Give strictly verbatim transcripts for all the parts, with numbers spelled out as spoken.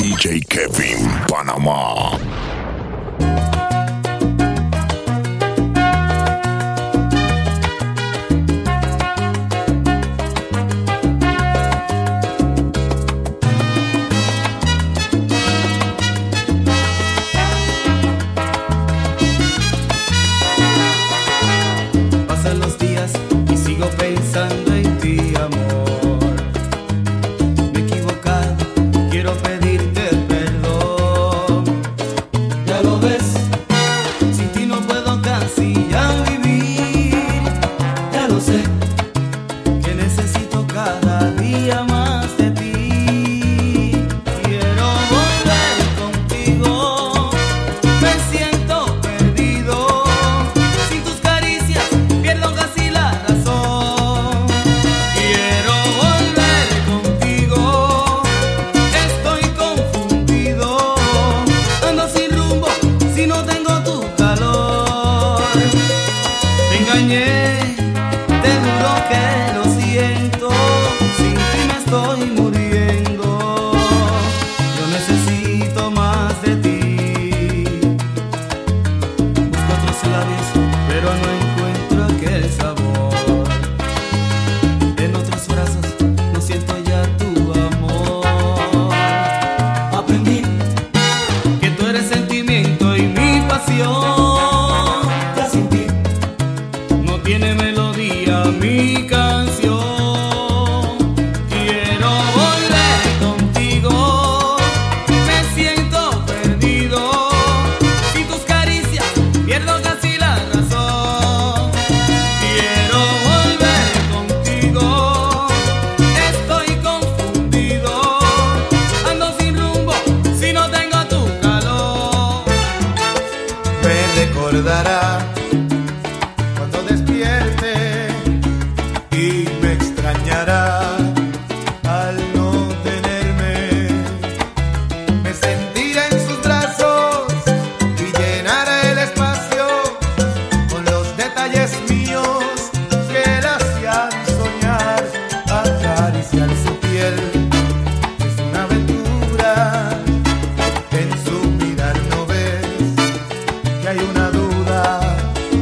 D J Kevin, Panamá. Pasan los días y sigo pensando en ti, amor. Me he equivocado, quiero pedirte perdón. Ya lo ves, sin ti no puedo casi ya vivir. Ya lo sé, que necesito cada día más de ti. Quiero volver contigo, me siento perdido. Sin tus caricias pierdo casi la razón. Quiero volver contigo, estoy confundido. Ando sin rumbo si no tengo tu calor. Te engañé, te juro que lo siento. Sin ti me estoy muriendo. Yo necesito más de ti. Busco otros labios, pero no encuentro aquel sabor. En otros brazos no siento ya tu amor. Aprendí que tú eres sentimiento y mi pasión. Ya sin ti no tiene melodía mi canción. Quiero volver contigo, me siento perdido. Sin tus caricias pierdo casi la razón. Quiero volver contigo, estoy confundido. Ando sin rumbo si no tengo tu calor. Me recordará cuando despierte y me extrañará al no tenerme. Me sentiré en sus brazos y llenará el espacio con los detalles míos que le hacían soñar. Acariciar su piel es una aventura. En su mirar no ves que hay una duda.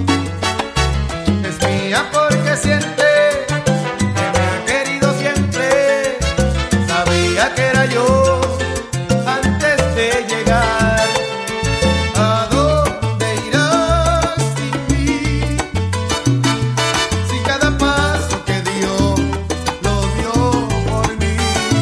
Es mía porque siente que me ha querido siempre. Sabía que era yo antes de llegar. ¿A dónde irás sin mí? Si cada paso que dio lo dio por mí.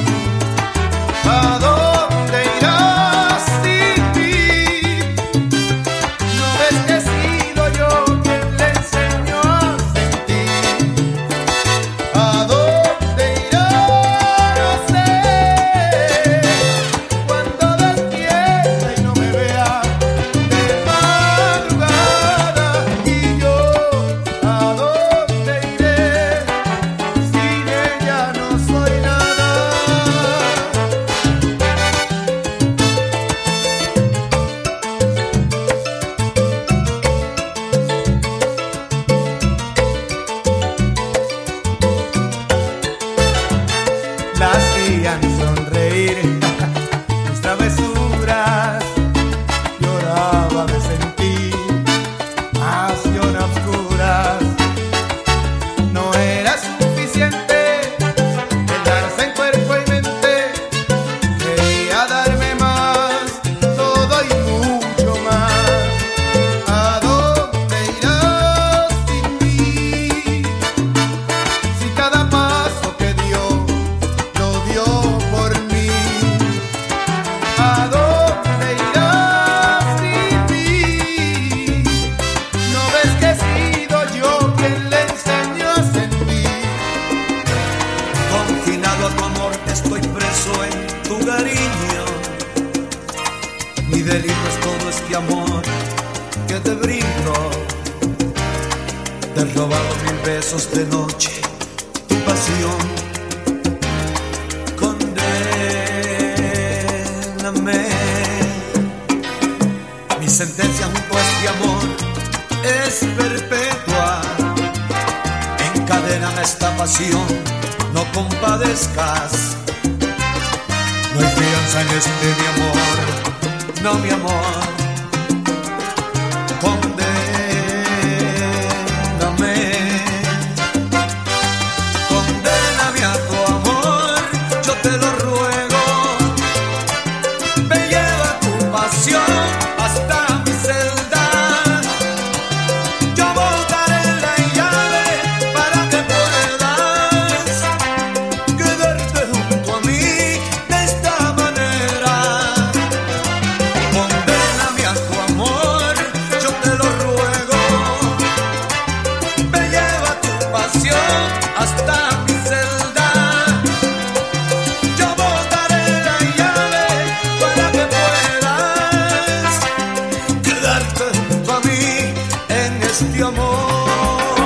¿A dónde irás sin mí? ¿No ves que he sido yo quien le enseñó a sentir? ¿A dónde irá? No sé. Cuando despierte y no me vea de madrugada. Y yo, ¿a dónde iré? Sin ella no soy nada. La hacían sonreír mis travesuras. Lloraba de sentir pasión a oscuras. No era suficiente el darse en cuerpo y mente. Quería darme más, todo y mucho más. ¿A dónde irás sin mí? Si cada paso que dio lo dio por mí. ¿A dónde irás sin mí? ¿No ves que he sido yo quien le enseñó a sentir? Confinado a tu amor, estoy preso en tu cariño. Mi delito es todo este amor que te brindo. Te he robado mil besos de noche, tu pasión. Condéname. Mi sentencia junto a este amor es perpetua. Encadéname esta pasión, no compadezcas. No hay fianza en este mi amor, no mi amor. Condéname, condéname a tu amor, yo te lo ruego. Me lleva tu pasión hasta mi celda. Yo botaré la llave para que puedas quedarte junto a mí de esta manera. Condéname a tu amor, yo te lo ruego. Me lleva tu pasión hasta mi celda. Yo botaré la llave para que puedas quedarte junto a mí en este amor.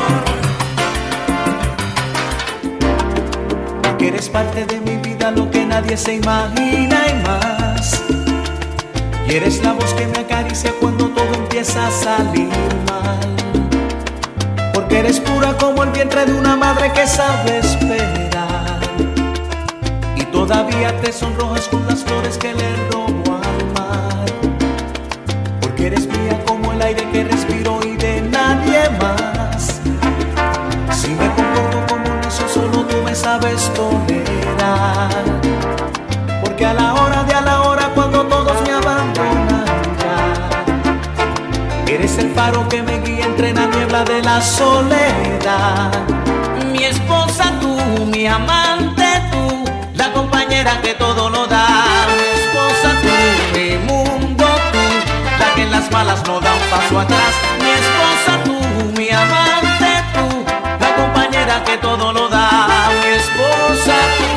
Porque eres parte de mi vida, lo que nadie se imagina y más. Y eres la voz que me acaricia cuando todo empieza a salir mal. Porque eres pura como el vientre de una madre que sabe esperar. Y todavía te sonrojas con las flores que le robo al mar. Porque eres mía como el aire que respiro y de nadie más. Si me comporto como un necio, solo tú me sabes tolerar. Porque a la hora de a la hora, cuando todos me abandonan ya, eres el faro que me guía entre la niebla de la soledad. Mi esposa tú, mi amante tú, la compañera que todo lo da. Mi esposa tú, mi mundo tú, la que en las malas no da un paso atrás. Mi esposa tú, mi amante tú, la compañera que todo lo da. Mi esposa tú,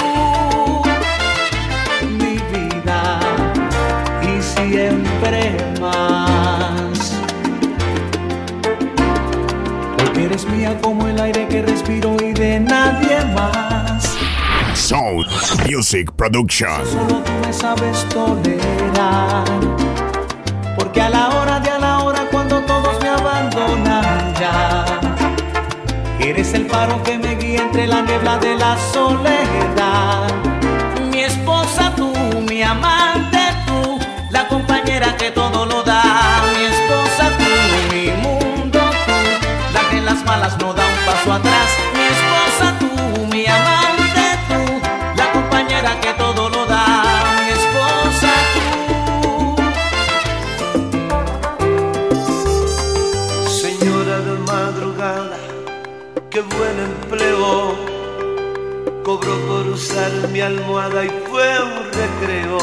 mi vida y siempre más. Porque eres mía como el aire que respiro y de nadie más. Sound Music Production. Solo tú me sabes tolerar. Porque a la hora de a la hora, cuando todos me abandonan ya, eres el faro que me guía entre la niebla de la soledad. Mi esposa tú, mi amante tú, la compañera que todo lo da. Mi esposa tú, mi mundo tú, la que en las malas no da un paso atrás. Mi esposa tú, mi amante tú, la compañera que todo lo da. Mi esposa tú. Señora de madrugada, qué buen empleo cobró por usar mi almohada y fue un recreo.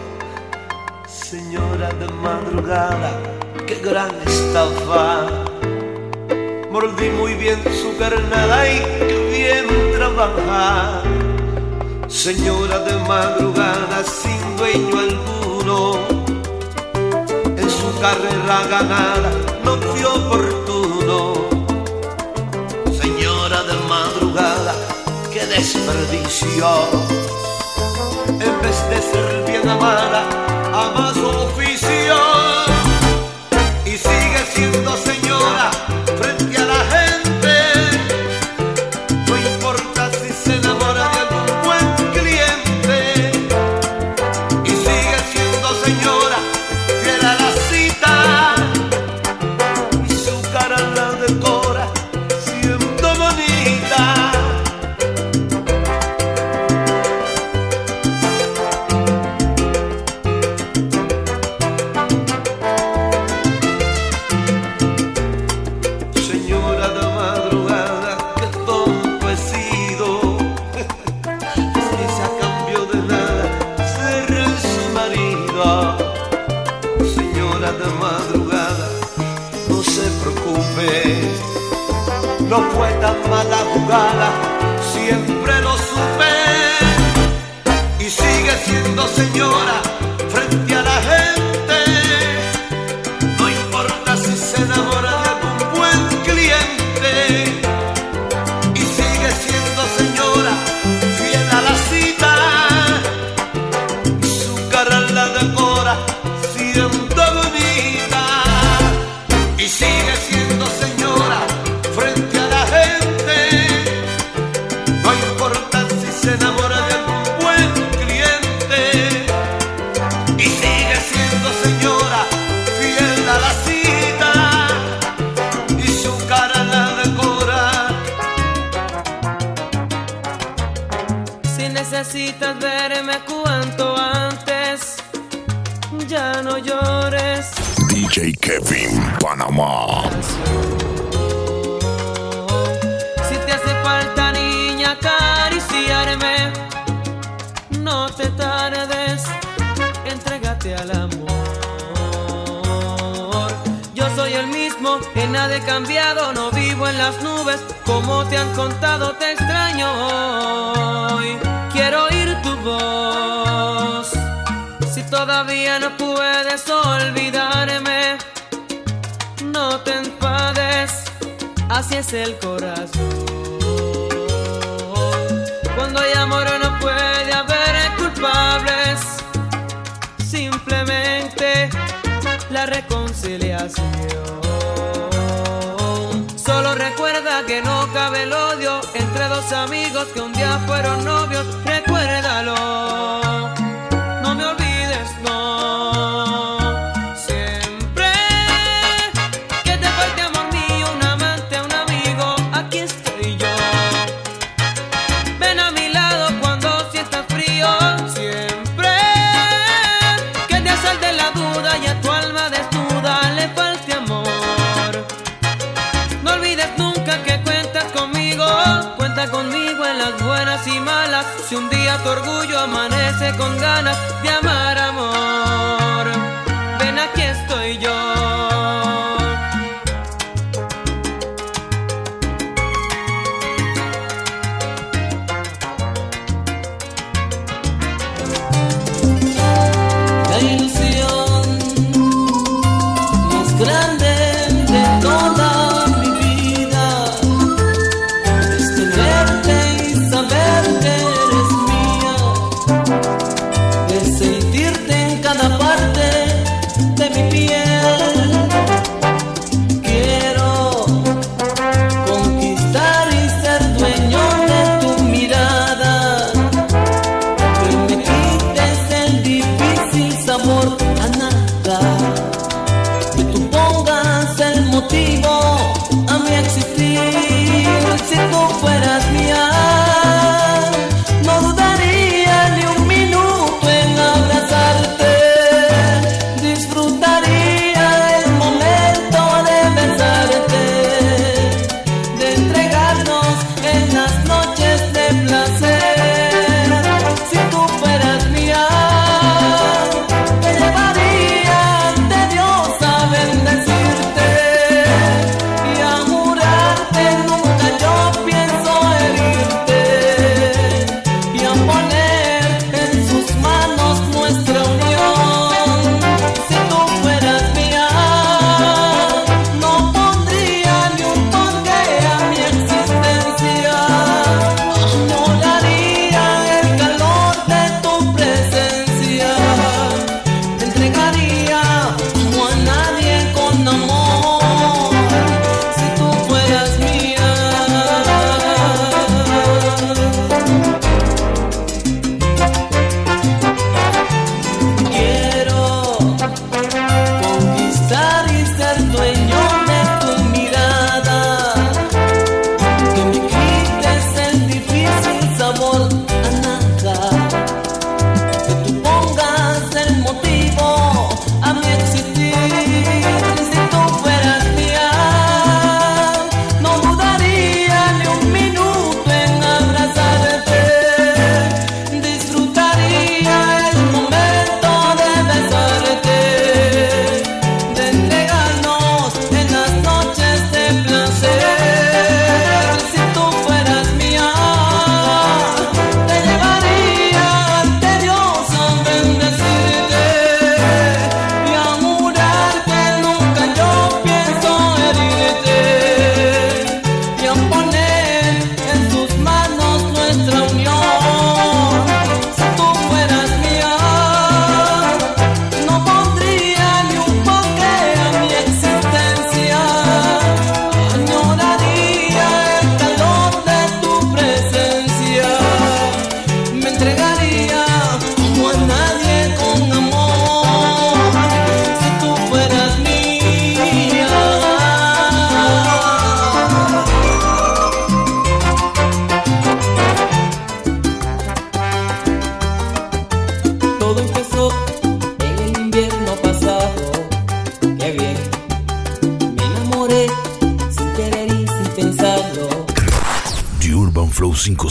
Señora de madrugada, qué gran estafa. Mordí muy bien su carnada y qué bien trabaja. Señora de madrugada, sin dueño alguno, en su carrera ganada no fue oportuno. Señora de madrugada, qué desperdicio. En vez de ser bien amada, ama su oficio. Y sigue siendo señora frente a la gente. No importa si se enamora de algún buen cliente. Y sigue siendo señora fiel a la cita. Y su cara la decora siendo bonita. Señora de madrugada, qué tonto he sido. Si se a cambio de nada ser su marido. Señora de madrugada, no se preocupe, no fue tan mala jugada, siempre lo supe. Y sigue siendo señora frente a la gente. No importa si se enamora de algún buen cliente. Y sigue siendo señora fiel a la cita. Y su cara la decora siendo bonita. Y sigue siendo señora frente a la gente. No importa si se enamora de algún buen cliente. siendo señora, fiel a la cita, y su cara la decora. Si necesitas verme cuanto antes, ya no llores. D J Kevin, Panamá. Si te hace falta, niña, acariciarme, no te tardes, entrégate al amor. Yo soy el mismo, en nada he cambiado, no vivo en las nubes, como te han contado, te extraño hoy. Quiero oír tu voz, si todavía no puedes olvidarme, no te enfades, así es el corazón. Cuando hay amor no puede haber culpables, simplemente la reconciliación. Solo recuerda que no cabe el odio entre dos amigos que un día fueron novios. Recuérdalo, no me olvides, no. Siempre que te falte amor mío, un amante, un amigo, aquí estoy yo. Ven a mi lado cuando sientas frío. Siempre que te asalte la duda y a tu alma desnuda le falte amor, no olvides nunca que cuentas conmigo. Cuenta conmigo en las buenas y malas. Si un día tu orgullo amanece con ganas de amar, amor, ven, aquí estoy yo. La ilusión más grande de toda mi vida es tenerte y saber que eres mía, de sentirte en cada parte de mi piel. Quiero conquistar y ser dueño de tu mirada, que me quites el difícil sabor a nada, que tú pongas el motivo a mi existir. Si tú fueras mía, no dudaría ni un minuto en abrazarte, disfrutaría el momento de besarte, de entregarnos en las noches de placer. Si tú fueras mía, te llevaría ante Dios a bendecirte y a jurarte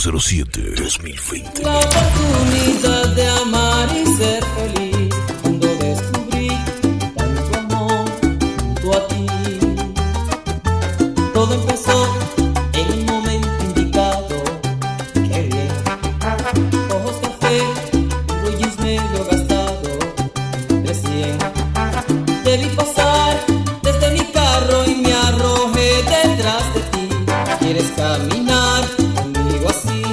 cero siete dos mil veinte. La oportunidad de amar y ser feliz cuando descubrí tanto amor junto a ti. Todo empezó en el momento indicado. Qué bien. Ojos café, un jeans medio gastado, recién te vi pasar desde mi carro y me arrojé detrás de ti. ¿Quieres caminar conmigo así?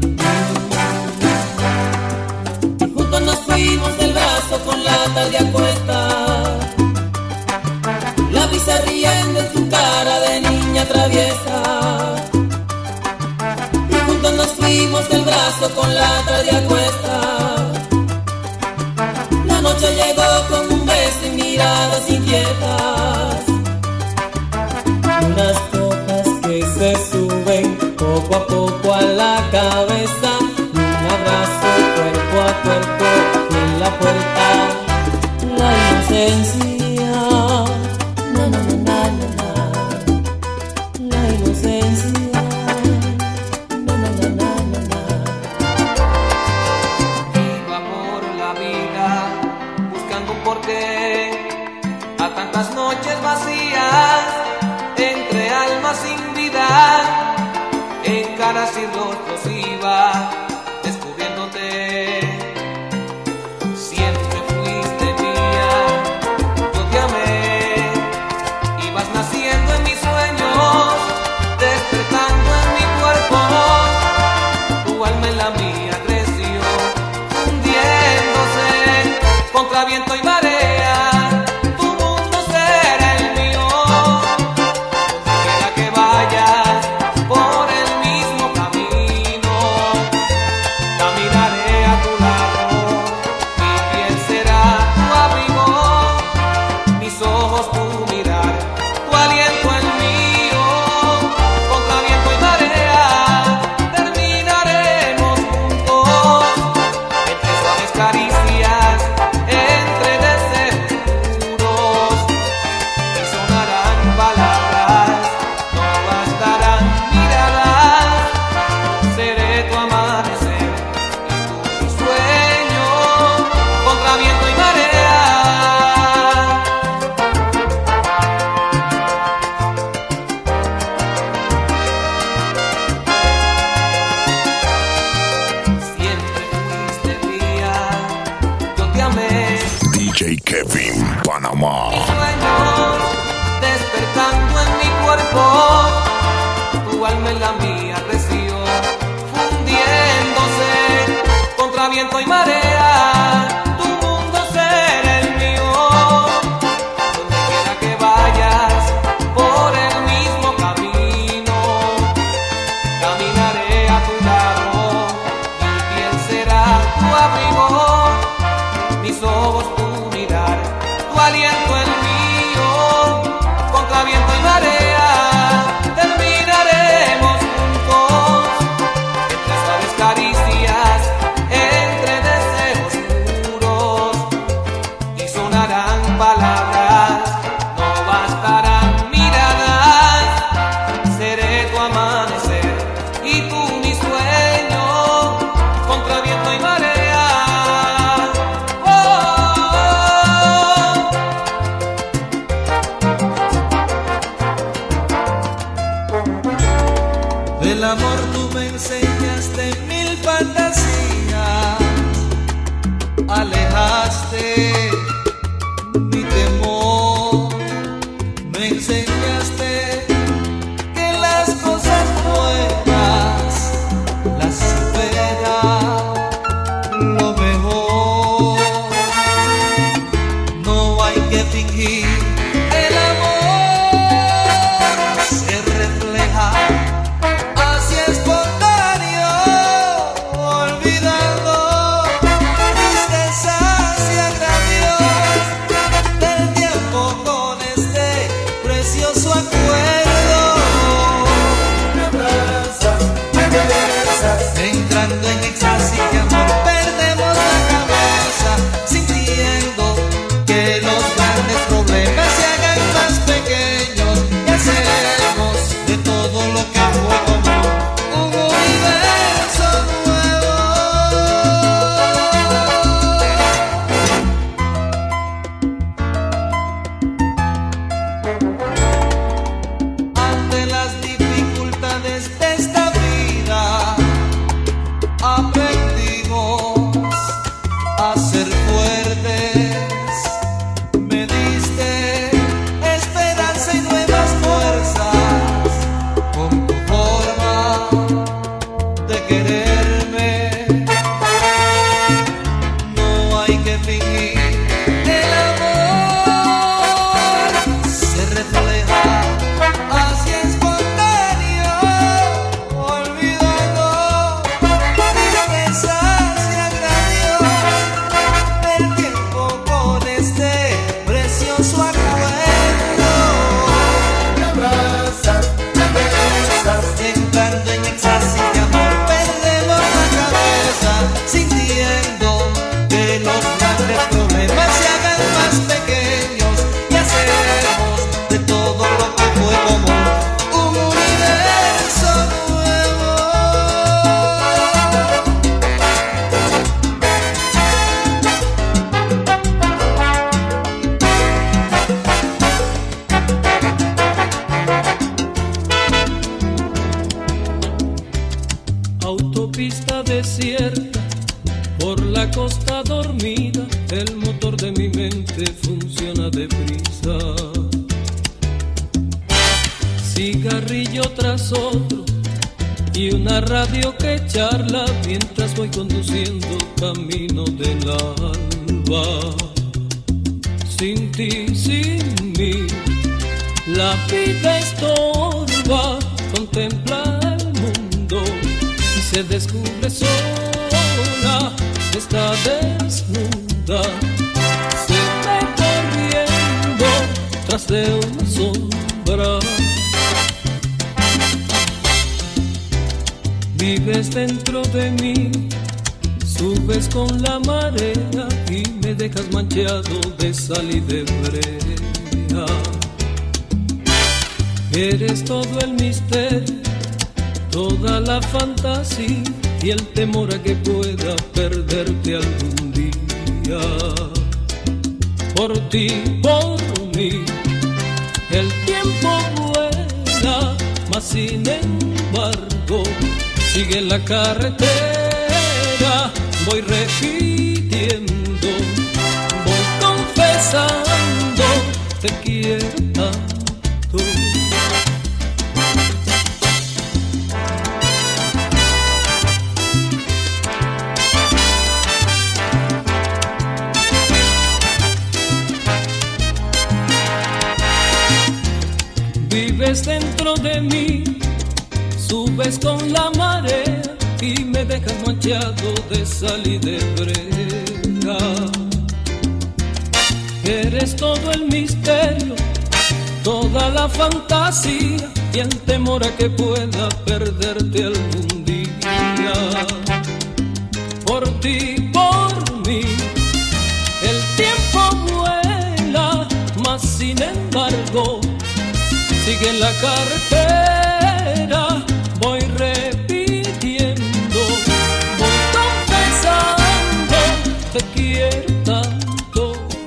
Y juntos nos fuimos del brazo con la tarde a cuesta. La brisa riendo en tu cara de niña traviesa. Y juntos nos fuimos del brazo con la tarde a cuesta. La noche llegó con un beso y miradas inquietas. Unas copas que se suben poco a poco a la cabeza. Un abrazo cuerpo a cuerpo y en la puerta la inocencia. Na, na, na, na, na, na. La inocencia. Na, na, na, na, na, na. Iba por la vida buscando un porqué a tantas noches vacías entre almas sin vida. En caras y rostros iba descubriéndote. Siempre fuiste mía, yo te amé. Ibas naciendo en mis sueños, despertando en mi cuerpo. Tu alma en la mía creció, hundiéndose contra viento y marea. Tu mundo será el mío, donde quiera que vayas por el mismo camino. Caminaré a tu lado, mi piel será tu abrigo, mis ojos tu mirar, tu aliento el mío. Contra viento y marea terminaremos juntos, entre suaves caricias, entre deseos puros. Y sonarán palabras, no bastarán miradas. Seré tu amanecer y tú mi sueño. Contra viento y marea. Siempre fuiste mía, yo te amé. D J Kevin, Panamá. Mis sueños despertando en mi cuerpo, tu alma en la mía creció, fundiéndose contra viento y marea. Tu mundo será el mío, donde quiera que vayas por el mismo camino. Caminaré a tu lado, mi piel será tu abrigo, mis ojos tu mirar, tu aliento el mío. Contra viento y marea terminaremos juntos, entre suaves caricias, entre deseos puros. Y sonarán palabras, no bastarán miradas. Seré tu amanecer y tú mi sueño. Contra viento y marea. Oh, oh, oh. Del amor tú me enseñaste mil fantasías, alejaste mente funciona deprisa. Cigarrillo tras otro y una radio que charla mientras voy conduciendo camino del alba. Sin ti, sin mí, la vida estorba, contempla el mundo y se descubre sola, está desnuda, se ve corriendo tras de una sombra. Vives dentro de mí, subes con la marea y me dejas manchado de sal y de brea. Eres todo el misterio, toda la fantasía y el temor a que pueda perderte algún día. Por ti, por mí, el tiempo vuela, mas sin embargo sigue la carretera. Voy repitiendo, voy confesando, te quiero tanto. Vives dentro de mí, subes con la marea y me dejas manchado de sal y de brea. Eres todo el misterio, toda la fantasía y el temor a que pueda perderte algún día. Por ti, por mí, el tiempo vuela, mas sin embargo sigue la carretera. Voy repitiendo, voy confesando, te quiero tanto.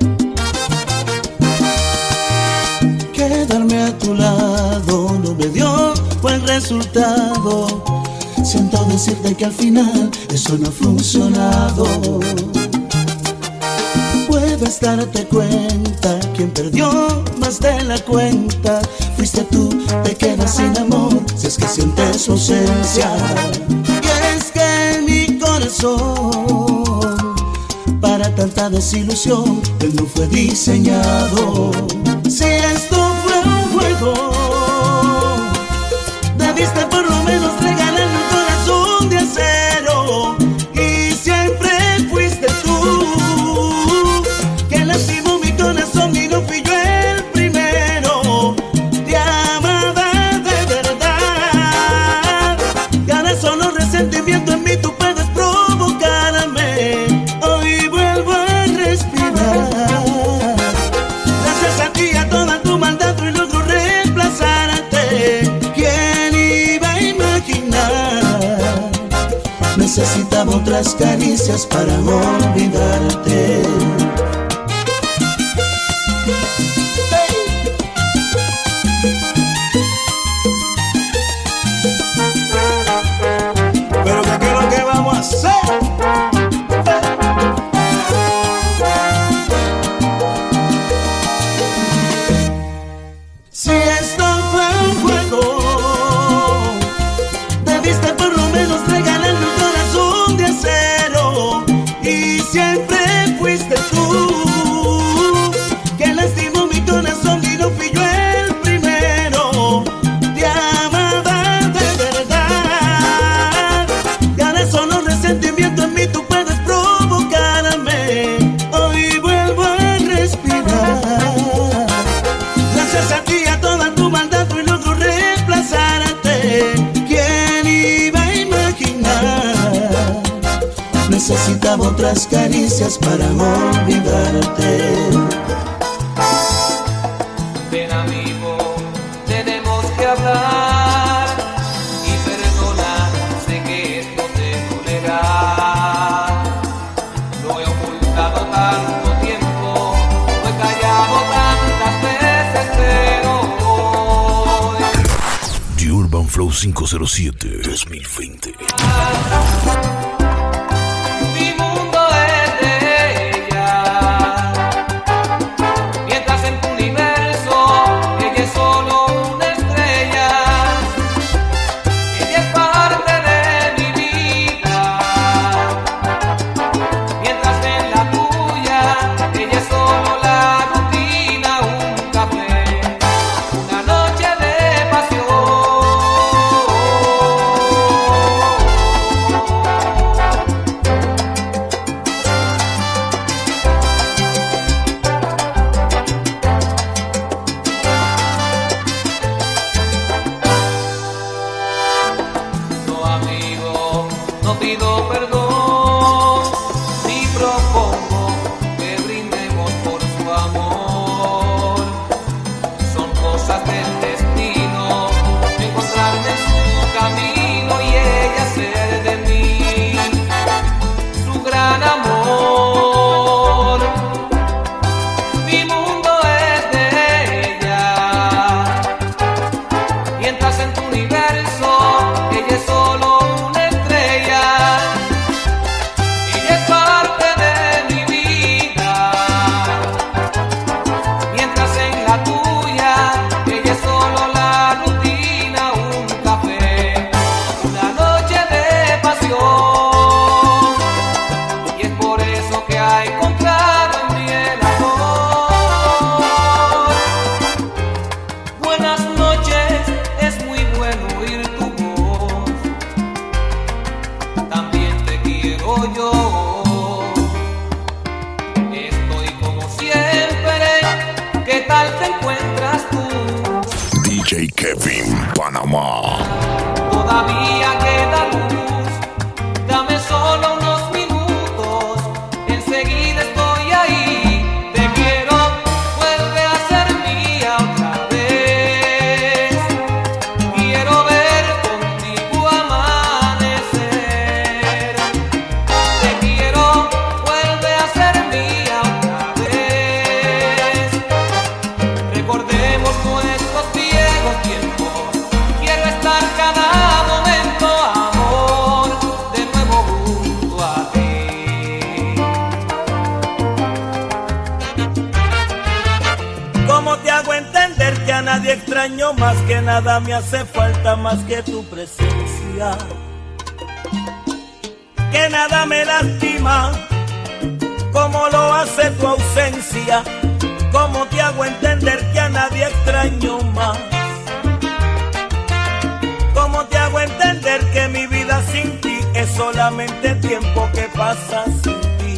Quedarme a tu lado no me dio buen resultado. Siento decirte que al final eso no ha funcionado. Puedes darte cuenta, quien perdió más de la cuenta fuiste tú, te quedas sin amor si es que sientes su ausencia. Y es que mi corazón para tanta desilusión él no fue diseñado. Si esto fue un juego, debiste por lo menos regalarme un corazón de acero. Y siempre fuiste tú que lastimó mi corazón y no fui yo el primero. Te amaba de verdad y ahora solo resentimiento en mí tú puedes provocarme. Hoy vuelvo a respirar gracias a ti, a toda tu maldad y logro reemplazarte. ¿Quién iba a imaginar? Necesitaba otras caricias para olvidarte. Pero ¿qué es lo que vamos a hacer? Si esto fue un juego, debiste por lo menos regalarme un corazón de acero. Y siempre fuiste tú que lastimó mi corazón y no fui yo el primero. Te amaba de verdad y ahora solo resentimiento en mí tú puedes provocarme. Hoy vuelvo a respirar gracias a ti, a toda tu maldad y logro reemplazarte. ¿Quién iba a imaginar? Necesitaba otras caricias para olvidarte. Ven amigo, tenemos que hablar y perdona, sé que esto te dolerá. Lo he ocultado tanto tiempo, lo he callado tantas veces, pero hoy The Urban Flow quinientos siete dos mil veinte. mi mundo es de ella. J Kevin, Panamá. Todavía queda luz, dame solo unos minutos, enseguida estoy ahí, te quiero, vuelve a ser mía otra vez, quiero ver contigo amanecer, te quiero, vuelve a ser mía otra vez, recordemos nuestros viejos tiempos, quiero estar cada momento, amor, de nuevo junto a ti. ¿Cómo te hago entender que a nadie extraño más, que nada me hace falta más que tu presencia? Que nada me lastima como lo hace tu ausencia. ¿Cómo te hago entender que a nadie extraño más? ¿Cómo te hago entender que mi vida sin ti es solamente tiempo que pasa sin ti?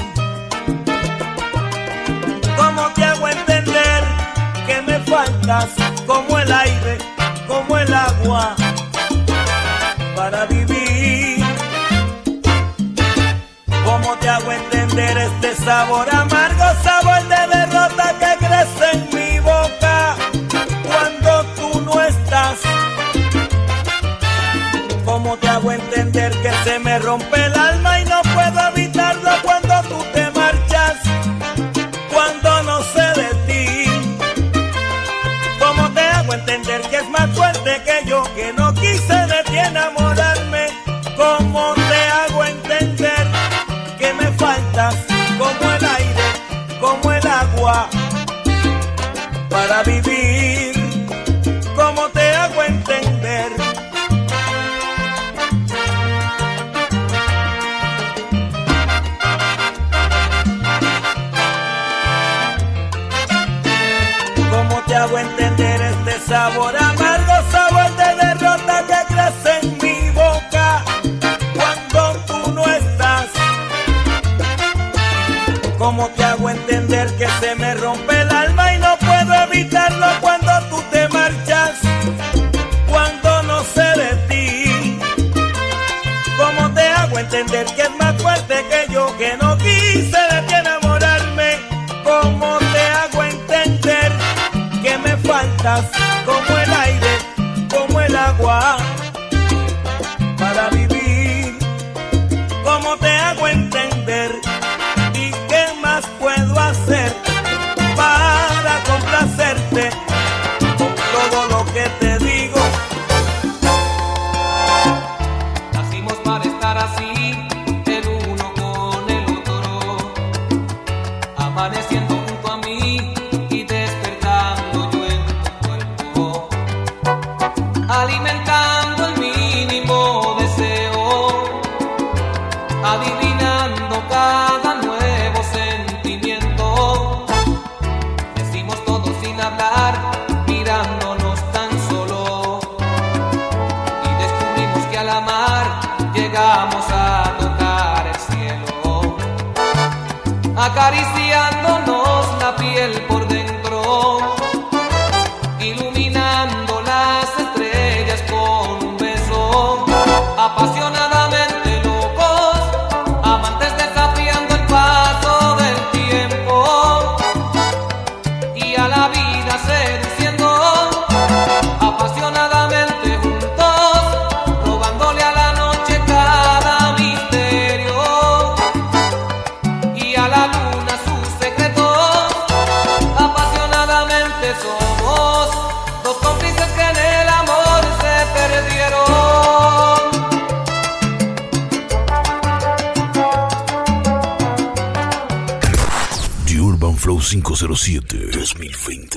¿Cómo te hago entender que me faltas como el aire, como el agua para vivir? ¿Cómo te hago entender este sabor amargo, sabor de derrota que crece en mi boca cuando tú no estás? ¿Cómo te hago entender que se me rompe el alma y no puedo evitarlo cuando tú te marchas, cuando no sé de ti? ¿Cómo te hago entender que es más fuerte que yo, que no quise de ti enamorarme? ¿Cómo te hago entender que me faltas como el aire, como el agua para vivir? ¿Cómo te hago entender? ¿Cómo te hago entender este sabor amargo, sabor de derrota que crece en mi boca cuando tú no estás? ¿Cómo te hago entender que se me rompe el alma y no puedo evitarlo cuando tú te marchas, cuando no sé de ti? ¿Cómo te hago entender que es más fuerte que yo, que no quise de ti enamorarme? ¿Cómo te hago entender que me faltas como el aire, como el agua para vivir? ¿Cómo te hago entender? ¿Y qué más puedo hacer para complacerte con todo lo que te digo? Nacimos para estar así, el uno con el otro, amaneciendo junto a mí y despertando yo en tu cuerpo, alimentando el mínimo deseo, adivinando cada nuevo sentimiento. Decimos todo sin hablar, mirándonos tan solo, y descubrimos que al amar llegamos a tocar el cielo, acariciándonos la piel por dentro, iluminando las estrellas con un beso, apasionadamente locos, amantes desafiando el paso del tiempo, y a la vida seduciendo, apasionadamente juntos, robándole a la noche cada misterio, y a la luna sus secretos. Apasionadamente somos dos cómplices que en el amor se perdieron. The Urban Flow quinientos siete dos mil veinte.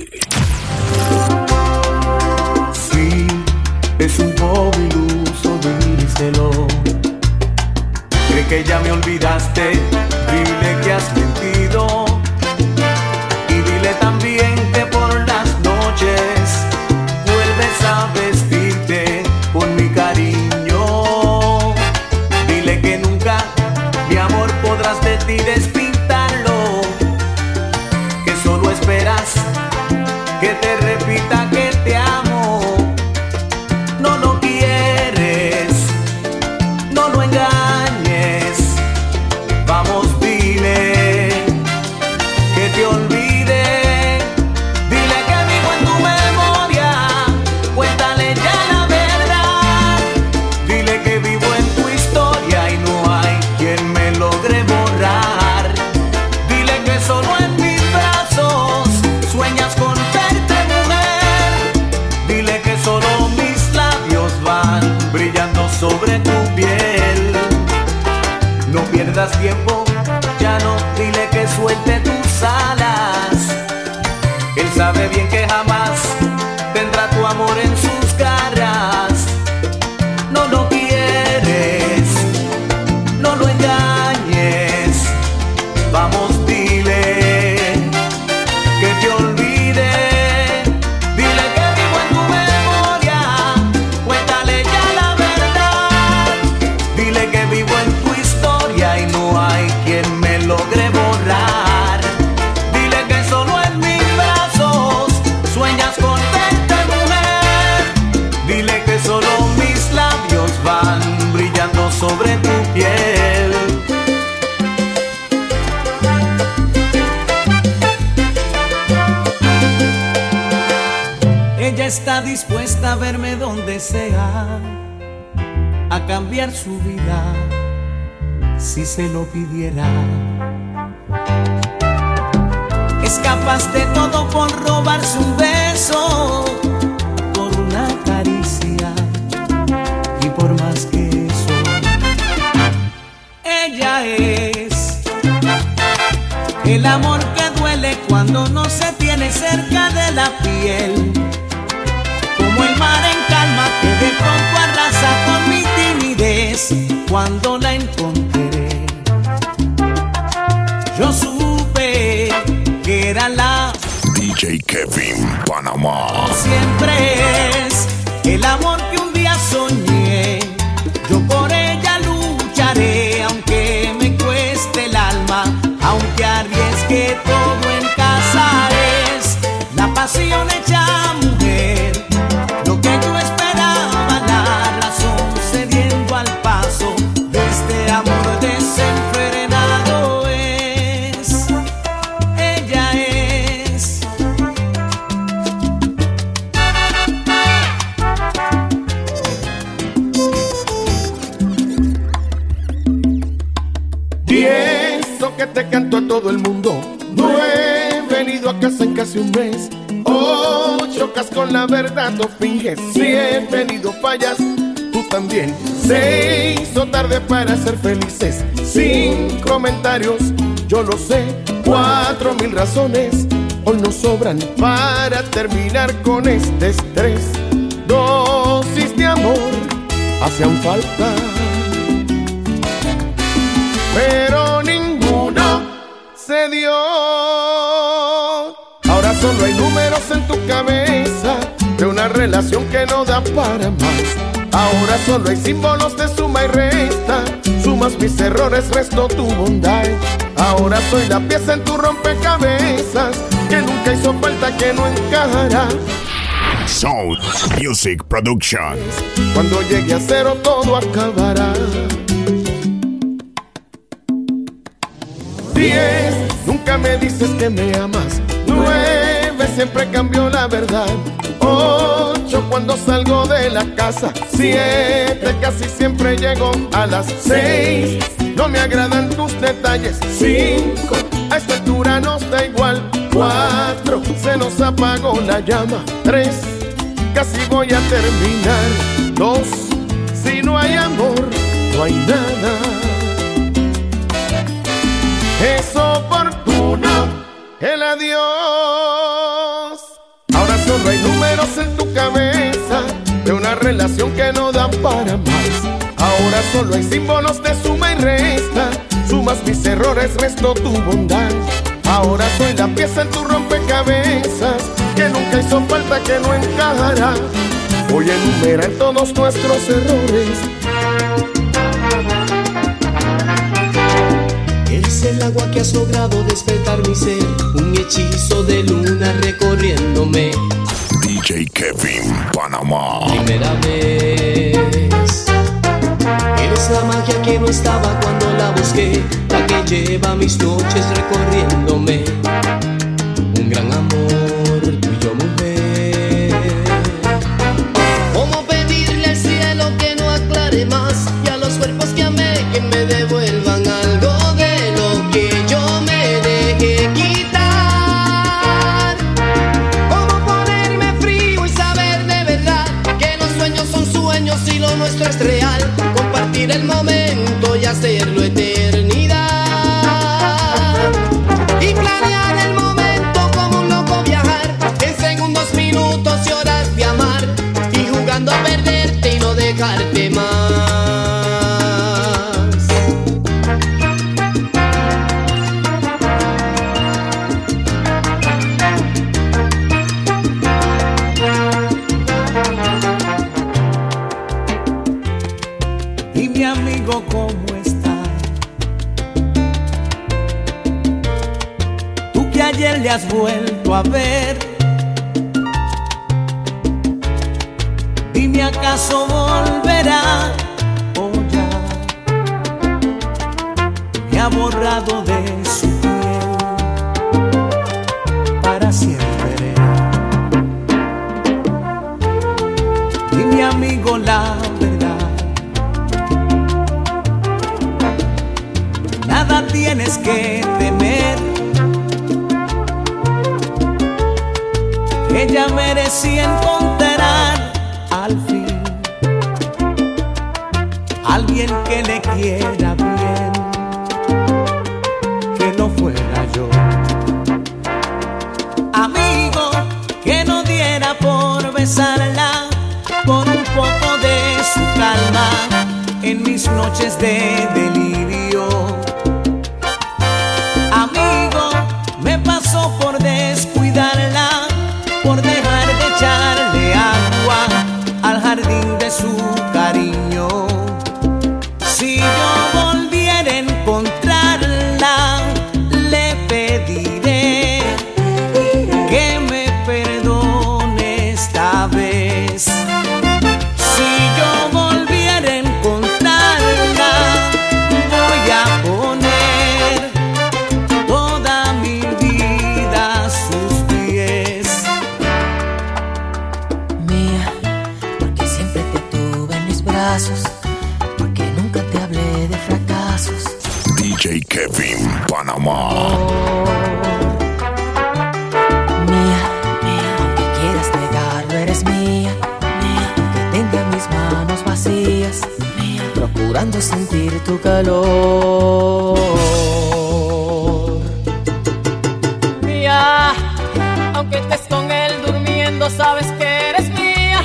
Sí, es un poco iluso, díselo. Cree que ya me olvidaste, dile que has mentido. Y dile también que por las noches vuelves a vestirte con mi cariño. Dile que nunca, mi amor, podrás de ti despintarlo, que solo esperas que te repita que te amo. pierdas tiempo, ya no, dile que suelte tus alas. Él sabe bien que jamás tendrá tu amor en sus garras. No lo quieres, no lo engañes. Vamos, dile que te olvide. Dile que vivo en tu memoria. Cuéntale ya la verdad. Dile que vivo en tu historia y no hay quien me logre borrar. Dile que solo en mis brazos sueñas con verte, mujer. Dile que solo mis labios van brillando sobre tu piel. Ella está dispuesta a verme donde sea, a cambiar su vida si se lo pidiera. Es capaz de todo por robarse un beso, por una caricia y por más que eso. Ella es el amor que duele cuando no se tiene cerca de la piel, como el mar en calma que de pronto arrasa con mi timidez. Cuando la encontré, yo supe que era la D J Kevin Panamá. Siempre es el amor que un día soñé. Yo por ella lucharé, aunque me cueste el alma, aunque arriesgue todo en casa. Es la pasión hecha mujer, lo que yo esperaba, la razón cediendo al paso de este amor desenfrenado. Es, ella es. Y eso que te canto a todo el mundo, no he venido a casa en casi un mes. Oh, chocas con la verdad, no finges. Si he venido fallas, tú también. Se hizo tarde para ser felices. Sin comentarios, yo lo sé. Cuatro mil razones hoy nos sobran para terminar con este estrés. Dosis de amor hacían falta, pero ninguno se dio. Ahora solo hay números en tu cabeza de una relación que no da para más. Ahora solo hay símbolos de suma y resta. Sumas mis errores, resto tu bondad. Ahora soy la pieza en tu rompecabezas que nunca hizo falta, que no encajará. Sound Music Production. Cuando llegue a cero todo acabará. Diez, nunca me dices que me amas. Nueve, siempre cambió la verdad. Ocho, cuando salgo de la casa. Siete, casi siempre llego a las seis. No me agradan tus detalles. Cinco, a esta altura nos da igual. Cuatro, se nos apagó la llama. Tres, casi voy a terminar. Dos, si no hay amor, no hay nada. Es oportuno el adiós. Ahora solo hay números en tu cabeza de una relación que no da para más. Ahora solo hay símbolos de suma y resta. Sumas mis errores, resto tu bondad. Ahora soy la pieza en tu rompecabezas que nunca hizo falta, que no encajará. Voy a enumerar todos nuestros errores. Eres el agua que has logrado despertar mi ser, un hechizo de luna recorriéndome. D J Kevin Panamá. Primera vez. Eres la magia que no estaba cuando la busqué, la que lleva mis noches recorriéndome. Un gran amor, tú y yo, mujer. ¿Cómo pedirle al cielo que no aclare más? Y a los cuerpos que amé que me devuelvan algo de lo que yo me dejé quitar. ¿Cómo ponerme frío y saber de verdad que los sueños son sueños y lo nuestro es real? Compartir el momento y hacerlo eternidad. has vuelto a ver. Dime, ¿acaso volverá o ya me ha borrado de su piel para siempre? Dime, amigo, la verdad, nada tienes que temer. Ella merecía encontrar al fin alguien que le quiera bien, que no fuera yo. Amigo, que no diera por besarla, por un poco de su calma en mis noches de delirio. Amigo, me pasó por descuidarla, por dejar de echarle agua al jardín de su cariño. Si yo volviera a encontrarla, le pediré que me perdone esta vez. Si yo volviera a encontrarla, voy a poner toda mi vida a sus pies. Mía, porque siempre te tuve en mis brazos, porque nunca te hablé de fracasos. D J Kevin, Panamá. Mía, mía, aunque quieras negarlo, eres mía. Mía, aunque tenga mis manos vacías, mía, procurando sentir tu calor. Mía, aunque estés con él durmiendo, sabes que eres mía.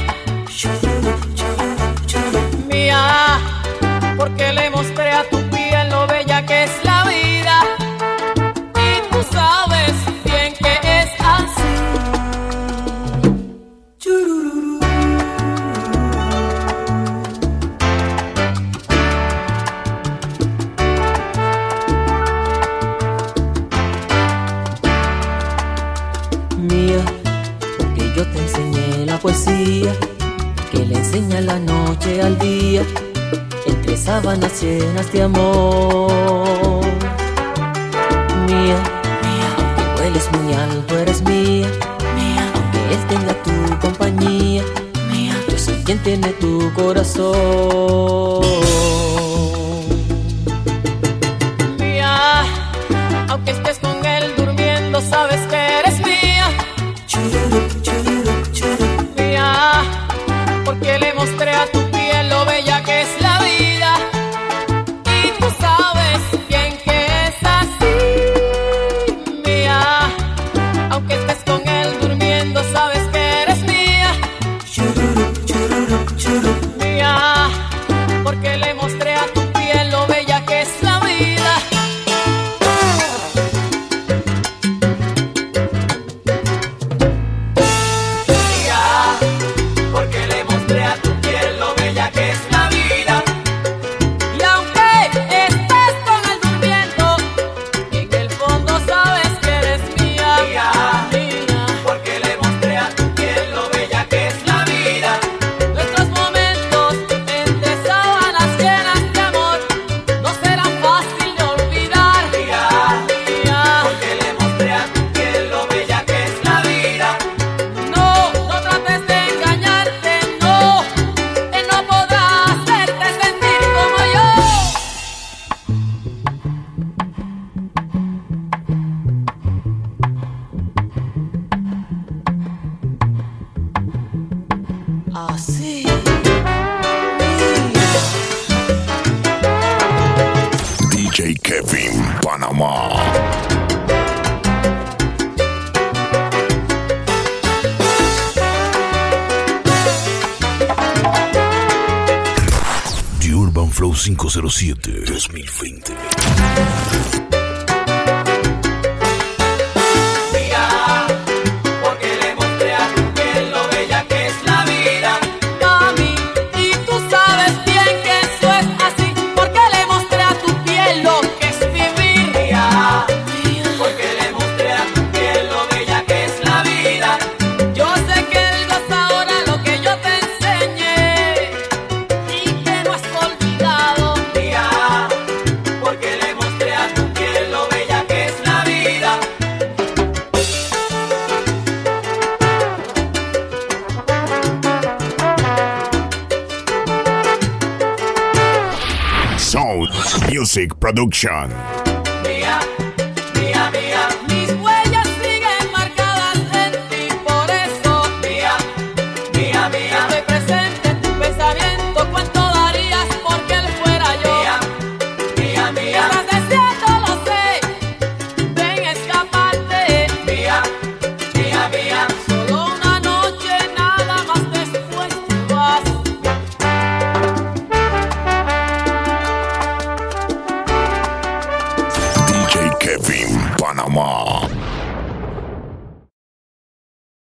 Mía, porque le mostré a tu piel lo bella que es la vida, y tú sabes bien que es así. Mía, porque yo te enseñé la poesía que le enseña la noche al día, entre sábanas llenas de amor. Mía, mía, aunque hueles muy alto, eres mía. Mía, aunque él tenga tu compañía, mía, yo soy quien tiene tu corazón. Mía, aunque estés con él durmiendo, sabes que eres mía. Mía, porque le mostré a tu piel lo bella que es la vida, y tú sabes bien que es así. Mía, aunque estés con él durmiendo, sabes que eres mía. Mía, porque le mostré a tu piel lo bella que es la vida. Mía, porque le mostré a tu piel lo bella que es la vida. Y aunque estés con él durmiendo, en el fondo sabes que eres mía. Mía, mía, porque le mostré a tu piel lo bella que es la vida. Nuestros momentos entre sábanas llenas de amor no serán fácil de olvidar. Mía, mía, porque le mostré a tu piel lo bella que es la vida. No, no trates de engañarte, no. Él no podrá hacerte sentir como yo. Así. D J Kevin, Panamá. The Urban Flow cinco cero siete dos mil veinte. Mía, porque le mostré a tu piel lo bella que es la vida. Mami, y tú sabes bien que eso es así, porque le mostré a tu piel lo que es vivir. Mía, porque le mostré a tu piel lo Music Production.